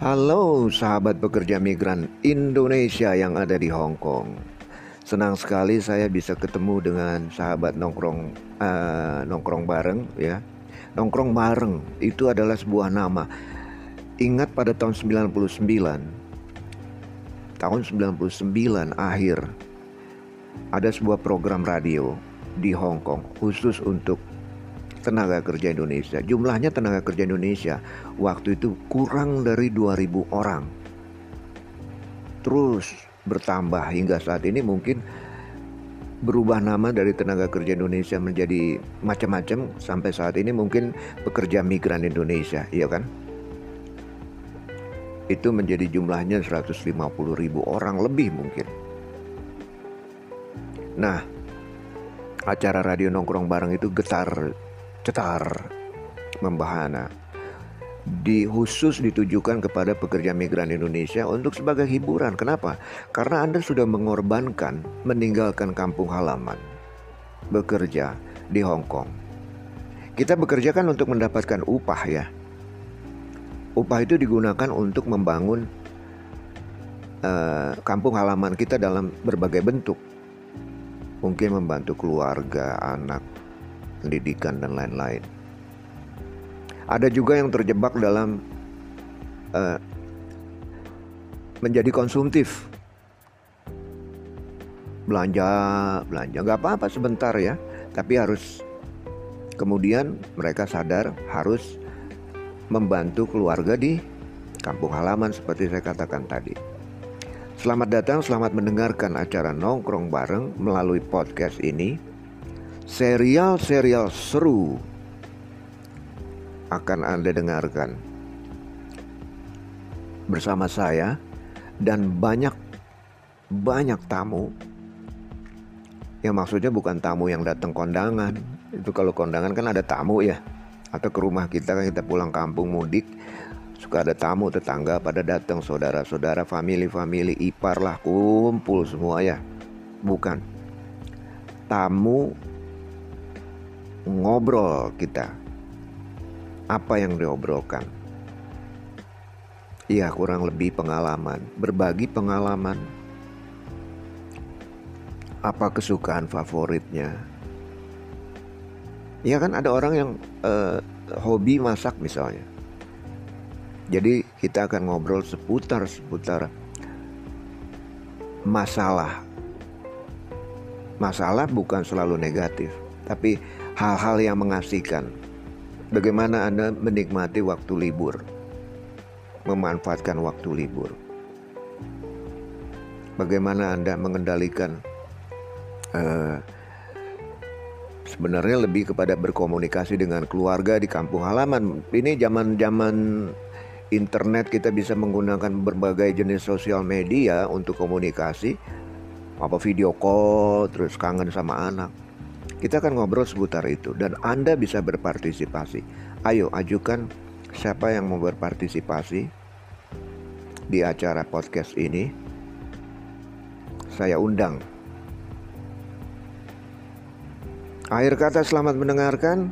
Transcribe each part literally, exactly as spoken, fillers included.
Halo sahabat pekerja migran Indonesia yang ada di Hong Kong. Senang sekali saya bisa ketemu dengan sahabat nongkrong uh, nongkrong bareng ya. Nongkrong bareng itu adalah sebuah nama. Ingat pada tahun sembilan puluh sembilan, tahun sembilan puluh sembilan akhir, ada sebuah program radio di Hong Kong khusus untuk tenaga kerja Indonesia. Jumlahnya tenaga kerja Indonesia waktu itu kurang dari dua ribu orang. Terus bertambah hingga saat ini, mungkin berubah nama dari tenaga kerja Indonesia menjadi macam-macam. Sampai saat ini mungkin pekerja migran Indonesia, iya kan? Itu menjadi jumlahnya seratus lima puluh ribu orang lebih mungkin. Nah, acara radio nongkrong bareng itu getar cetar membahana, di khusus ditujukan kepada pekerja migran Indonesia untuk sebagai hiburan. Kenapa? Karena Anda sudah mengorbankan meninggalkan kampung halaman, bekerja di Hong Kong. Kita bekerja kan untuk mendapatkan upah ya. Upah itu digunakan untuk membangun uh, kampung halaman kita dalam berbagai bentuk. Mungkin membantu keluarga, anak, pendidikan dan lain-lain. Ada juga yang terjebak dalam uh, menjadi konsumtif, belanja, belanja, nggak apa-apa sebentar ya, tapi harus kemudian mereka sadar harus membantu keluarga di kampung halaman seperti saya katakan tadi. Selamat datang, selamat mendengarkan acara nongkrong bareng melalui podcast ini. Serial-serial seru akan Anda dengarkan bersama saya dan banyak banyak tamu. Yang maksudnya bukan tamu yang datang kondangan. Itu kalau kondangan kan ada tamu ya. Atau ke rumah kita kan, kita pulang kampung mudik, suka ada tamu, tetangga pada datang, saudara-saudara, family-family, ipar lah, kumpul semua ya. Bukan. Tamu ngobrol kita. Apa yang diobrolkan? Iya, kurang lebih pengalaman, berbagi pengalaman. Apa kesukaan favoritnya? Iya kan, ada orang yang uh, hobi masak misalnya. Jadi kita akan ngobrol seputar seputar masalah. Masalah bukan selalu negatif, tapi hal-hal yang mengasihkan. Bagaimana Anda menikmati waktu libur, memanfaatkan waktu libur. Bagaimana Anda mengendalikan uh, sebenarnya lebih kepada berkomunikasi dengan keluarga di kampung halaman. Ini zaman-zaman internet, kita bisa menggunakan berbagai jenis sosial media untuk komunikasi, apa video call, terus kangen sama anak. Kita akan ngobrol seputar itu dan Anda bisa berpartisipasi. Ayo ajukan siapa yang mau berpartisipasi di acara podcast ini. Saya undang. Akhir kata, selamat mendengarkan.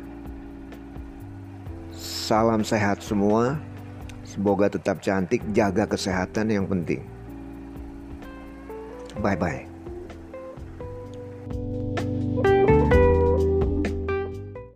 Salam sehat semua. Semoga tetap cantik, jaga kesehatan yang penting. Bye-bye.